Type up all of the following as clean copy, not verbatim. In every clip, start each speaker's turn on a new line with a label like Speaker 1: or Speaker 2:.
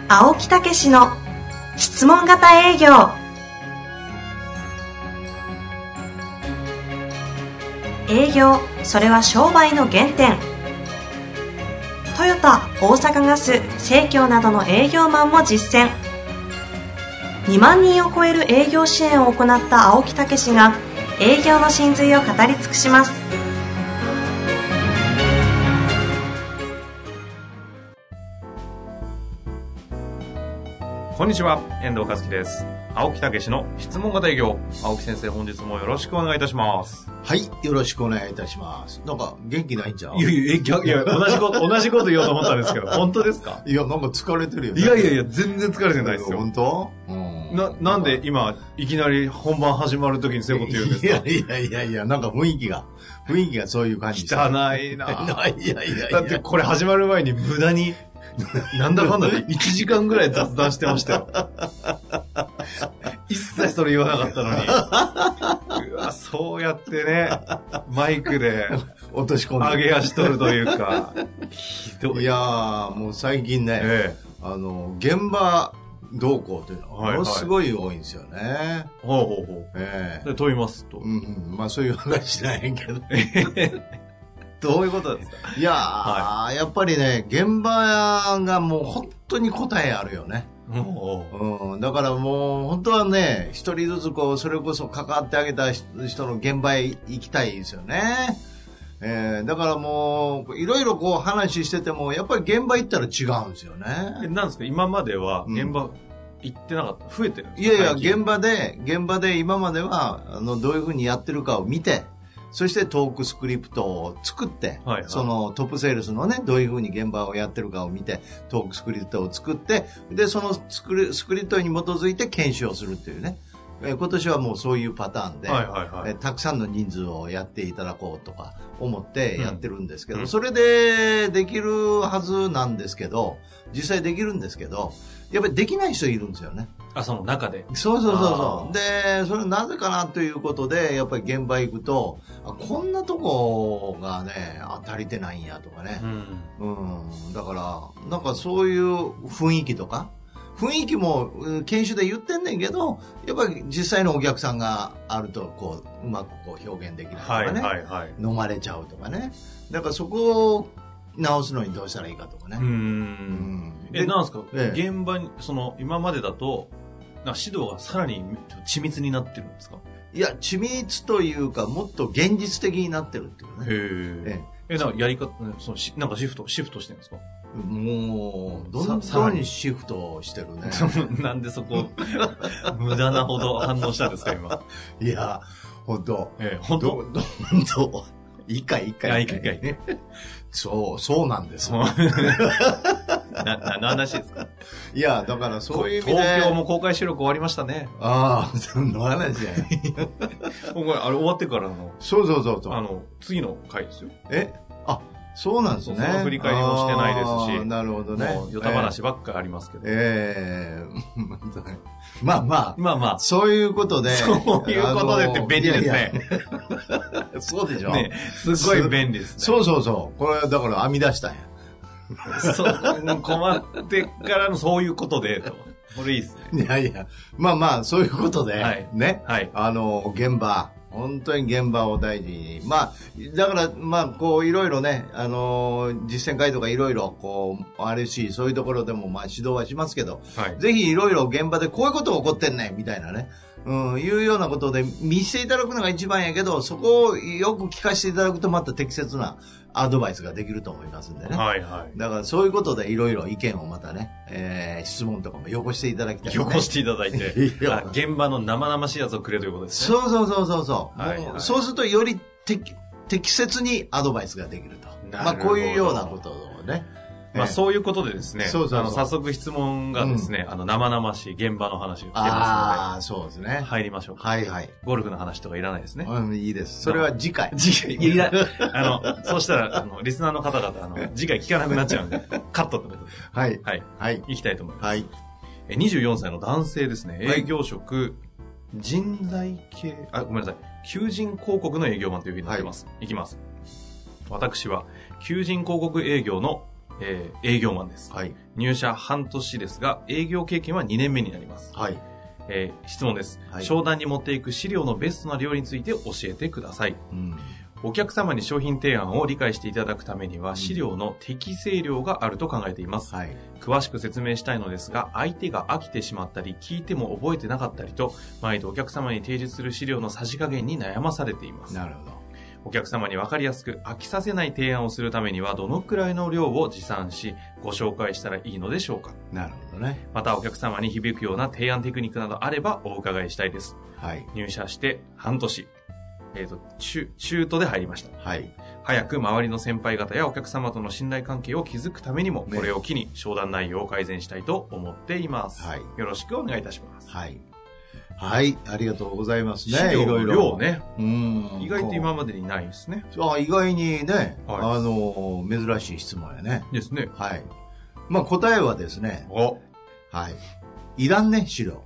Speaker 1: 青木武の質問型営業。営業、それは商売の原点。トヨタ、大阪ガス、生協などの営業マンも実践。2万人を超える営業支援を行った青木武が営業の真髄を語り尽くします。
Speaker 2: こんにちは、遠藤和樹です。青木武の質問型営業。青木先生、本日もよろしくお願いいたします。
Speaker 3: はい、よろしくお願いいたします。なんか元気ないんちゃう？
Speaker 2: いや同じこと言おうと思ったんですけど、本当ですか？
Speaker 3: いや、なんか疲れてるよね。
Speaker 2: いや、全然疲れてないですよ。
Speaker 3: 本当？
Speaker 2: なんで今、いきなり本番始まるときにそういうこと言うんですか？
Speaker 3: いや、なんか雰囲気がそういう感じ。
Speaker 2: 汚いな。
Speaker 3: いや。
Speaker 2: だってこれ始まる前に無駄に、なんだかんだで1時間ぐらい雑談してましたよ。一切それ言わなかったのに。うわ、そうやってね、マイクで
Speaker 3: 落とし込んで
Speaker 2: 上げ足取るというか。ひどい。
Speaker 3: いやー、もう最近ね、現場動向というのはものすごい多いんですよね。
Speaker 2: ほう。で、問いますと。
Speaker 3: まあそういう話なんやけど。
Speaker 2: どういうことですか？
Speaker 3: いやー、やっぱりね、現場がもう本当に答えあるよね。だからもう本当はね、一人ずつこうそれこそ関わってあげた人の現場へ行きたいですよね。だからもういろいろこう話しててもやっぱり現場行ったら違うんですよね。
Speaker 2: なんですか？今までは現場行ってなかった？増えてるんですか？
Speaker 3: いや現場で今まではどういうふうにやってるかを見て、そしてトークスクリプトを作って、そのトップセールスのね、どういうふうに現場をやってるかを見て、トークスクリプトを作って、で、そのスクリプトに基づいて研修をするっていうね。今年はもうそういうパターンで、たくさんの人数をやっていただこうとか思ってやってるんですけど、それでできるはずなんですけど、実際できるんですけど、やっぱりできない人いるんですよね。
Speaker 2: その中で。
Speaker 3: そう。で、それなぜかなということで、やっぱり現場行くと、こんなとこがね、足りてないんやとかね。だから、なんかそういう雰囲気とか、雰囲気も研修で言ってんねんけど、やっぱり実際のお客さんがあると、こう、うまくこう表現できないとかね。飲まれちゃうとかね。だからそこを直すのにどうしたらいいかとかね。
Speaker 2: なんですか？現場に、今までだと、指導がさらに緻密になってるんですか？
Speaker 3: いや、緻密というか、もっと現実的になってるっていうね。
Speaker 2: なんかやり方、なんかシフトしてるんですか？
Speaker 3: もう、どんどんシフトしてるね。
Speaker 2: なんでそこ、無駄なほど反応したんですか、今。
Speaker 3: いや、本当一回。そうなんです。
Speaker 2: 何の話ですか？
Speaker 3: いや、だからそういう意味で。
Speaker 2: 東京も公開収録終わりましたね。
Speaker 3: その話じゃない。
Speaker 2: あれ終わってからの。
Speaker 3: そう。
Speaker 2: 次の回ですよ。
Speaker 3: そうなんですね。
Speaker 2: その振り返りもしてないですし。
Speaker 3: なるほどね。
Speaker 2: もう、ヨタ話ばっかりありますけど。
Speaker 3: まあ。そういうことで。
Speaker 2: そういうことでって便利ですね。
Speaker 3: そうでしょ？
Speaker 2: ね、すごい便利ですね。
Speaker 3: そう。これだから編み出したんや。
Speaker 2: 困ってからのそういうことで、と。これいいですね。
Speaker 3: いや。まあ、そういうことで、ね。現場。本当に現場を大事に。だから、こう、いろいろね、実践会とかいろいろ、こう、あるし、そういうところでも、指導はしますけど、ぜひいろいろ現場でこういうことが起こってんねん、みたいなね。いうようなことで見せていただくのが一番やけど、そこをよく聞かせていただくとまた適切なアドバイスができると思いますんでね。だからそういうことでいろいろ意見をまたね、質問とかもよこしていただきたい、ね。
Speaker 2: よこしていただいて。現場の生々しいやつをくれということですね。
Speaker 3: そう。そうするとより適切にアドバイスができると。こういうようなことをね。
Speaker 2: そういうことでですね、早速質問がですね、生々しい現場の話が聞けますので、
Speaker 3: そうですね。
Speaker 2: 入りましょうか。ゴルフの話とかいらないですね。
Speaker 3: いいです。それは次回。
Speaker 2: いらそうしたら、リスナーの方々、次回聞かなくなっちゃうんで、カットってことで。行きたいと思います。24歳の男性ですね、営業職、人材系、ごめんなさい、求人広告の営業マンというふうになってます。いきます。私は、求人広告営業の営業マンです。はい。入社半年ですが、営業経験は2年目になります。はい。質問です。はい、商談に持っていく資料のベストな量について教えてください。お客様に商品提案を理解していただくためには資料の適正量があると考えています。はい、詳しく説明したいのですが、相手が飽きてしまったり、聞いても覚えてなかったりと、毎度お客様に提示する資料のさじ加減に悩まされています。
Speaker 3: なるほど。
Speaker 2: お客様に分かりやすく飽きさせない提案をするためにはどのくらいの量を持参しご紹介したらいいのでしょうか。
Speaker 3: なるほどね。
Speaker 2: またお客様に響くような提案テクニックなどあればお伺いしたいです。はい。入社して半年、中途で入りました。はい。早く周りの先輩方やお客様との信頼関係を築くためにも、これを機に商談内容を改善したいと思っています。はい。よろしくお願いいたします。
Speaker 3: はい。はい、ありがとうございますね。
Speaker 2: 資料の量ね。意外と今までにないですね。
Speaker 3: 意外にね、はい、珍しい質問やね。
Speaker 2: ですね。
Speaker 3: はい。まあ答えはですね、はい。いらんね、資料。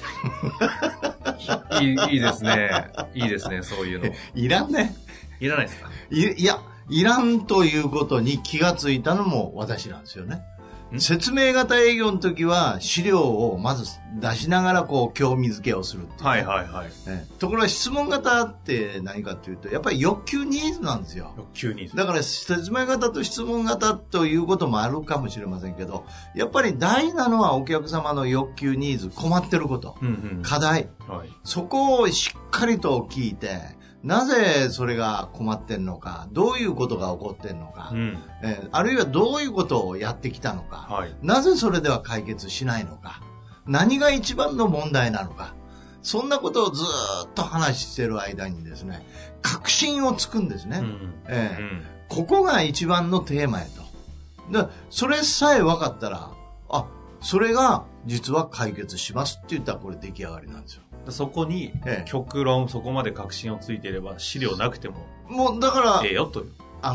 Speaker 2: いいですね。いいですね、そういうの。
Speaker 3: いらんね。
Speaker 2: いらないですか？
Speaker 3: いや、いらんということに気がついたのも私なんですよね。説明型営業の時は資料をまず出しながら興味づけをするっていう、ね。はいはいはい。ところが質問型って何かというと、やっぱり欲求ニーズなんですよ。
Speaker 2: 欲求ニーズ。
Speaker 3: だから説明型と質問型ということもあるかもしれませんけど、やっぱり大事なのはお客様の欲求ニーズ、困ってること、課題、はい、そこをしっかりと聞いて、なぜそれが困ってんのか、どういうことが起こってんのか、あるいはどういうことをやってきたのか、はい、なぜそれでは解決しないのか、何が一番の問題なのか、そんなことをずっと話してる間にですね、確信をつくんですね。ここが一番のテーマやと。で、それさえ分かったら、それが実は解決しますって言ったらこれ出来上がりなんですよ。
Speaker 2: そこに極論、そこまで確信をついていれば資料なくても
Speaker 3: もうだから
Speaker 2: よという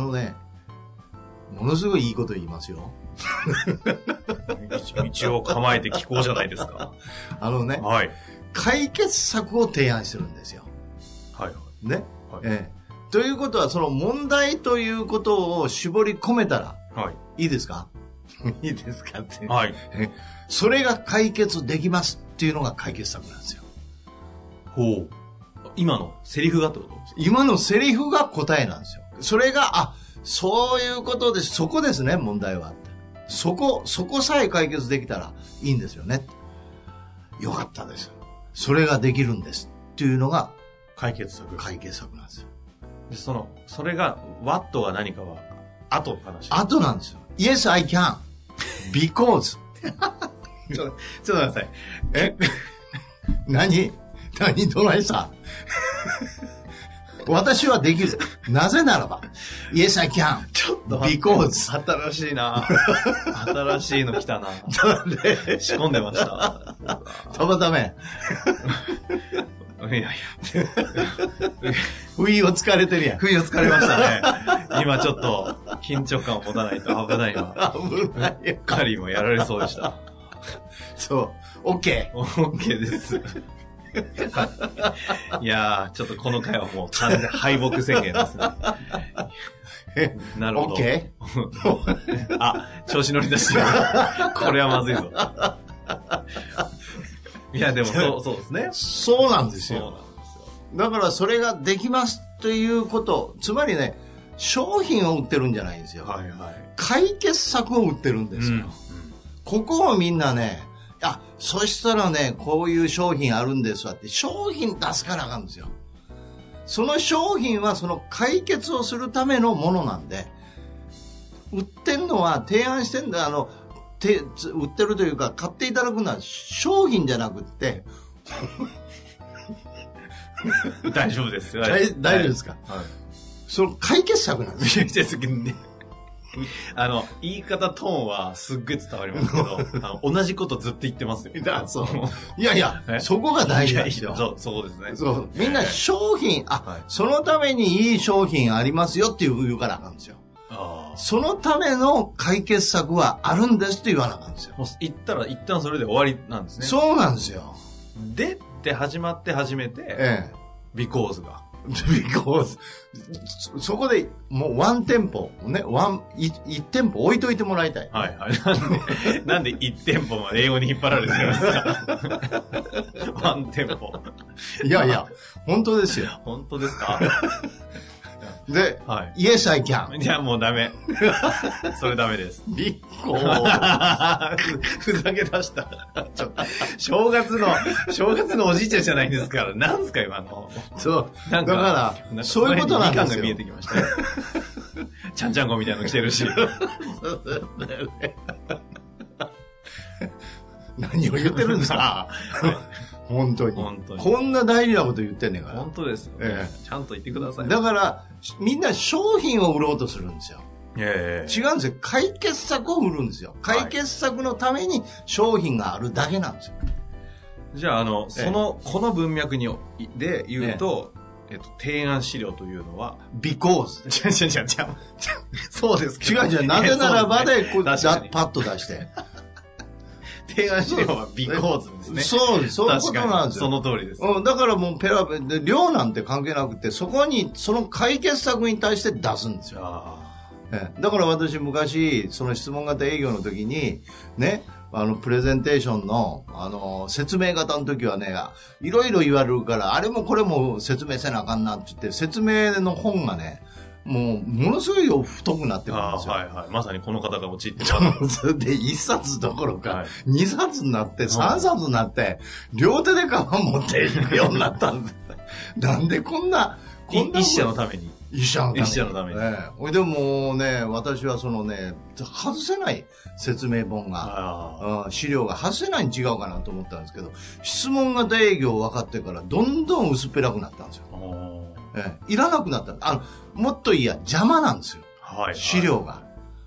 Speaker 3: ものすごいいいこと言いますよ。
Speaker 2: 一応構えて聞こうじゃないですか。
Speaker 3: はい、解決策を提案してるんですよ。
Speaker 2: はい
Speaker 3: ね、はい、ということはその問題ということを絞り込めたら、はい、いいですか？いいですかって、はい、それが解決できますっていうのが解決策なんですよ。
Speaker 2: ほう。今のセリフがってことですか？
Speaker 3: 今のセリフが答えなんですよ。それが、そういうことです。そこですね、問題は。そこさえ解決できたらいいんですよね。よかったです。それができるんですっていうのが
Speaker 2: 解決策
Speaker 3: なんですよ。
Speaker 2: でそれが What が何かは後の話。
Speaker 3: 後なんですよ。Yes, I can. Because.
Speaker 2: ちょっと待ってください。
Speaker 3: 何どないさ私はできる。なぜならば。Yes, I can.
Speaker 2: ちょっと
Speaker 3: Because.
Speaker 2: 新しいな。新しいの来たな。仕込んでました。
Speaker 3: たまため。
Speaker 2: いや。
Speaker 3: 不意をつかれてるやん。
Speaker 2: 不意をつかれましたね。今ちょっと緊張感を持たないと危ないわ。
Speaker 3: 危ないよ。
Speaker 2: カーリーもやられそうでした。
Speaker 3: そう。OK。
Speaker 2: OK です。いやー、ちょっとこの回はもう完全敗北宣言ですね。なるほど。
Speaker 3: OK？
Speaker 2: 調子乗り出してる。これはまずいぞ。いや、でもそうですね。
Speaker 3: そうなんですよ。だからそれができますということ、つまりね、商品を売ってるんじゃないんですよ。はいはい。解決策を売ってるんですよ。ここをみんなね、そしたらね、こういう商品あるんですわって、商品出すからあかんですよ。その商品はその解決をするためのものなんで、売ってんのは、提案してんだ、売ってるというか、買っていただくのは商品じゃなくって、
Speaker 2: 大丈夫ですよ。
Speaker 3: 大丈夫ですか？はい。その解決策なんですよ。
Speaker 2: 言い方トーンはすっごい伝わりますけど、同じことずっと言ってますよ。
Speaker 3: そう。いや、そこが大事なんですよ。
Speaker 2: そうですね。
Speaker 3: そう。みんな商品、そのためにいい商品ありますよって言うからなんですよ。そのための解決策はあるんですって言わなあかんですよ。
Speaker 2: 言ったら一旦それで終わりなんですね。
Speaker 3: そうなんですよ。
Speaker 2: でって始まって初めて、because が。
Speaker 3: because そこでもうワン店舗ね、一店舗置いといてもらいたい。
Speaker 2: はいはい。なんで一店舗まで英語に引っ張られてるんですか。ワン店舗。
Speaker 3: いやいや、本当ですよ。
Speaker 2: 本当ですか。
Speaker 3: で、はい、Yes, I can.
Speaker 2: いや、もうダメ。それダメです。
Speaker 3: リッコ
Speaker 2: ふざけ出した。ちょっと正月のおじいちゃんじゃないんですから、なんすか今の。
Speaker 3: そう。なんかだから、そういうことなんですよ。
Speaker 2: が見えてきましたよ。ちゃんちゃんこみたいなの着てるし。
Speaker 3: 何を言ってるんですか。本当に。こんな大事なこと言ってんねんから。
Speaker 2: 本当ですよ、ね。ちゃんと言ってください。
Speaker 3: だから、みんな商品を売ろうとするんですよ。違うんですよ。解決策を売るんですよ。解決策のために商品があるだけなんですよ。
Speaker 2: じゃあ、この文脈で言うと、提案資料というのは、
Speaker 3: because。
Speaker 2: 違う。そうですけど。
Speaker 3: 違う。なぜならばで、パッと出して。
Speaker 2: 提案資料はビコーズですね。
Speaker 3: そういうことなんですよ。
Speaker 2: その通りです。
Speaker 3: だからもうで量なんて関係なくて、そこに、その解決策に対して出すんですよ。だから私昔、その質問型営業の時に、ね、プレゼンテーションの、説明型の時はね、いろいろ言われるから、あれもこれも説明せなあかんなって言って、説明の本がね、ものすごい太くなってくるんですよ。
Speaker 2: はいはい。まさにこの方が陥ってる。
Speaker 3: で、1冊どころか、2冊になって、3冊になって、両手でカバン持っていくようになったんです。なんでこんな
Speaker 2: 一社のために。
Speaker 3: 一社の
Speaker 2: ために。
Speaker 3: でもね、私はそのね、外せない説明本が、資料が外せないに違うかなと思ったんですけど、質問型営業分かってから、どんどん薄っぺらくなったんですよ。いらなくなった。もっといいや、邪魔なんですよ。資料が。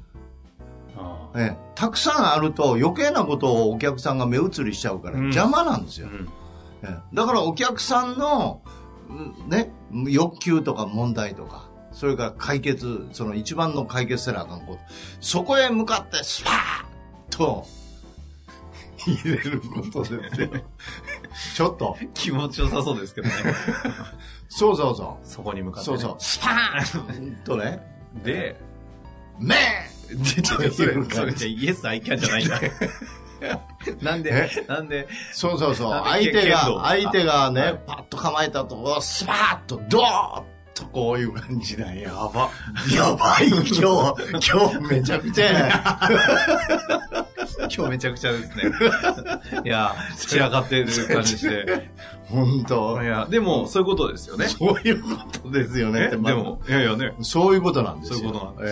Speaker 3: たくさんあると余計なことをお客さんが目移りしちゃうから邪魔なんですよ。だからお客さんの、ね、欲求とか問題とか、それから解決、その一番の解決せなあかんこと、そこへ向かってスパーッと入れることですよ。ちょっと
Speaker 2: 気持ちよさそうですけどね。
Speaker 3: そう。
Speaker 2: そこに向かって、ね。
Speaker 3: そう。スパーンとね。
Speaker 2: で、
Speaker 3: めー
Speaker 2: それじゃイエスアイキャンじゃないんだ。なんで
Speaker 3: そう。相手がね、パッと構えたと、スパーッとドーッとこういう感じだ。やばい、今日めちゃくちゃや。
Speaker 2: 今日めちゃくちゃですね。いや、散らかってる感じして。
Speaker 3: 本当。
Speaker 2: いや、でも、そういうことですよね。
Speaker 3: そういうことですよね。
Speaker 2: でも、いやね。
Speaker 3: そういうことなんですよ。
Speaker 2: そういうことなんです。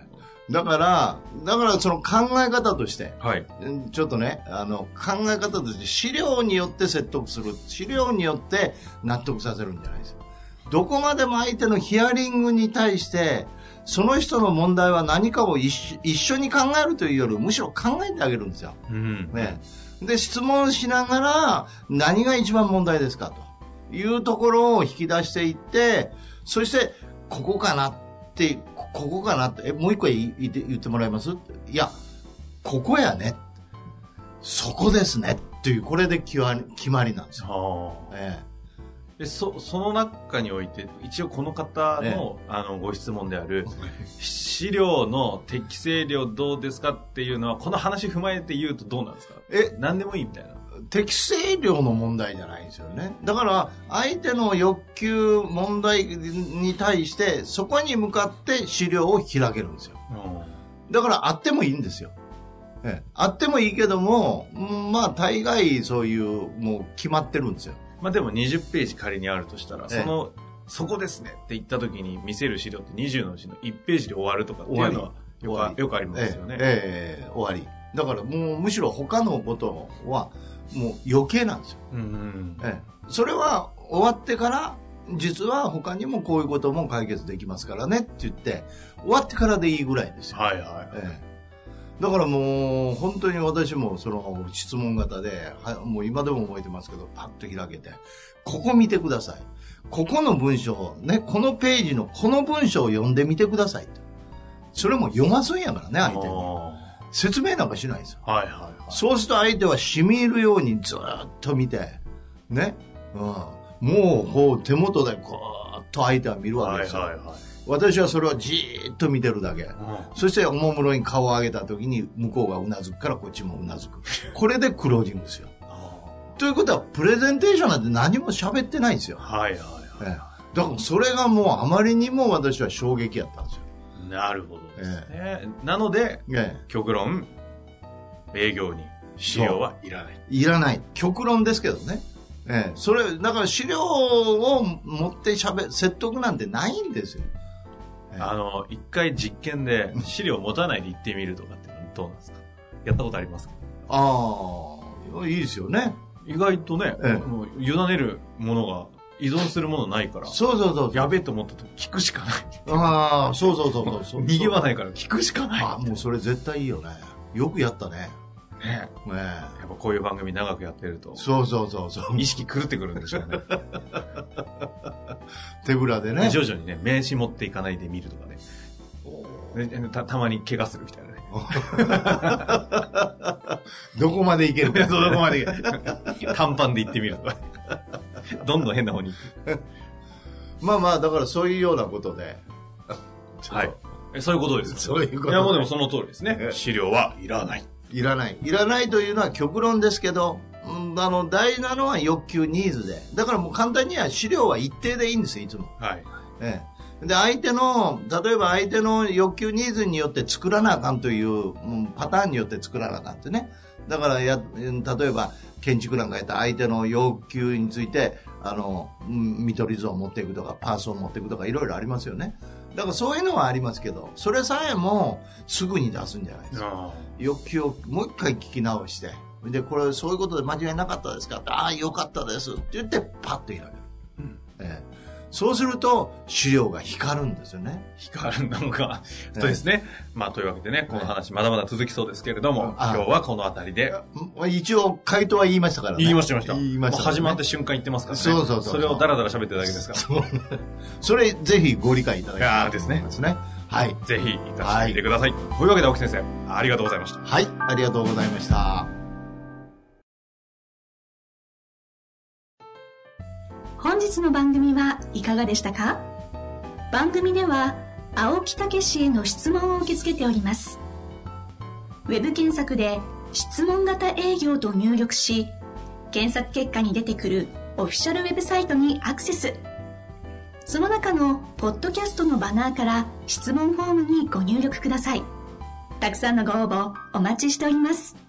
Speaker 3: だからその考え方として、
Speaker 2: はい、
Speaker 3: ちょっとね、考え方として資料によって説得する。資料によって納得させるんじゃないですよ。どこまでも相手のヒアリングに対して、その人の問題は何かを一緒に考えるというよりむしろ考えてあげるんですよ。ね、で、質問しながら何が一番問題ですかというところを引き出していって、そしてここかなって、もう一個言ってもらえます？いや、ここやね。そこですね。っていう、これで決まりなんですよ。
Speaker 2: でその中において、一応この方の、ご質問である、資料の適正量どうですかっていうのは、この話踏まえて言うとどうなんですか？何でもいいみたいな。
Speaker 3: 適正量の問題じゃないんですよね。だから相手の欲求問題に対してそこに向かって資料を開けるんですよ。だからあってもいいんですよ。あってもいいけども、まあ大概そういうもう決まってるんですよ。
Speaker 2: まあでも20ページ仮にあるとしたら、そこですねって言った時に見せる資料って20のうちの1ページで終わるとかっていうのはよくありますよね。
Speaker 3: 終わり。だからもうむしろ他のことはもう余計なんですよ。それは終わってから実は他にもこういうことも解決できますからねって言って終わってからでいいぐらいですよ。だからもう本当に私もその質問型でもう今でも覚えてますけど、パッと開けてここ見てください、ここの文章ね、このページのこの文章を読んでみてくださいと。それも読ますんやからね、相手に説明なんかしないんですよ。そうすると相手は染み入るようにずっと見てね、もうこう手元でこうっと相手は見るわけですよ。私はそれをじーっと見てるだけ。そしておもむろに顔を上げた時に向こうがうなずくからこっちもうなずく。これでクロージングですよ。ということはプレゼンテーションなんて何も喋ってないんですよ。だからそれがもうあまりにも私は衝撃やったんですよ。
Speaker 2: なるほどですね。なので、極論、営業に資料はいらない。
Speaker 3: いらない。極論ですけどね。それ、だから資料を持って説得なんてないんですよ。
Speaker 2: 一回実験で資料を持たないで行ってみるとかってどうなんですか？やったことありますか？
Speaker 3: いいですよね。
Speaker 2: 意外とね、もう委ねるものが、依存するものないから。
Speaker 3: そう。
Speaker 2: やべえと思ったと聞くしかない。
Speaker 3: そう。
Speaker 2: 逃げ場ないから聞くしかない。
Speaker 3: もうそれ絶対いいよね。よくやったね。
Speaker 2: やっぱこういう番組長くやってると。
Speaker 3: そう。
Speaker 2: 意識狂ってくるんでしょうね。
Speaker 3: 手ぶらでね。
Speaker 2: 徐々にね、名刺持っていかないで見るとかね。たまに怪我するみたいなね。
Speaker 3: どこまでいけるか。
Speaker 2: どこまでいける。短パンで行ってみるとか。どんどん変な方に行く。
Speaker 3: だからそういうようなことで。
Speaker 2: そういうことです。
Speaker 3: そういうこと。
Speaker 2: いや、もうでもその通りですね。資料はいらない。
Speaker 3: いらないというのは極論ですけど、大事なのは欲求ニーズで。だからもう簡単には資料は一定でいいんですよ、いつも。で、例えば相手の欲求ニーズによって作らなあかんというパターンによって作らなあかんってね。だから例えば建築なんかやったら相手の要求について、見取り図を持っていくとか、パースを持っていくとかいろいろありますよね。だからそういうのはありますけど、それさえもすぐに出すんじゃないですか。欲求をもう一回聞き直して、で、これそういうことで間違いなかったですかって、よかったですって言ってパッと開ける。そうすると資料が光るんですよね。
Speaker 2: 光るのが、そうですね。というわけでね、この話まだまだ続きそうですけれども、今日はこのあたりで。
Speaker 3: 一応回答は言いましたからね。
Speaker 2: 言いました。始まった瞬間言ってますからね。
Speaker 3: そう。
Speaker 2: それをダラダラ喋ってるだけですから。
Speaker 3: それぜひご理解いただきたいと思いますね。
Speaker 2: ぜひ活かしてみてください。というわけで青木先生、ありがとうございました。
Speaker 3: ありがとうございました。
Speaker 4: 本日の番組はいかがでしたか？番組では青木武氏への質問を受け付けております。ウェブ検索で質問型営業と入力し、検索結果に出てくるオフィシャルウェブサイトにアクセス。その中のポッドキャストのバナーから質問フォームにご入力ください。たくさんのご応募お待ちしております。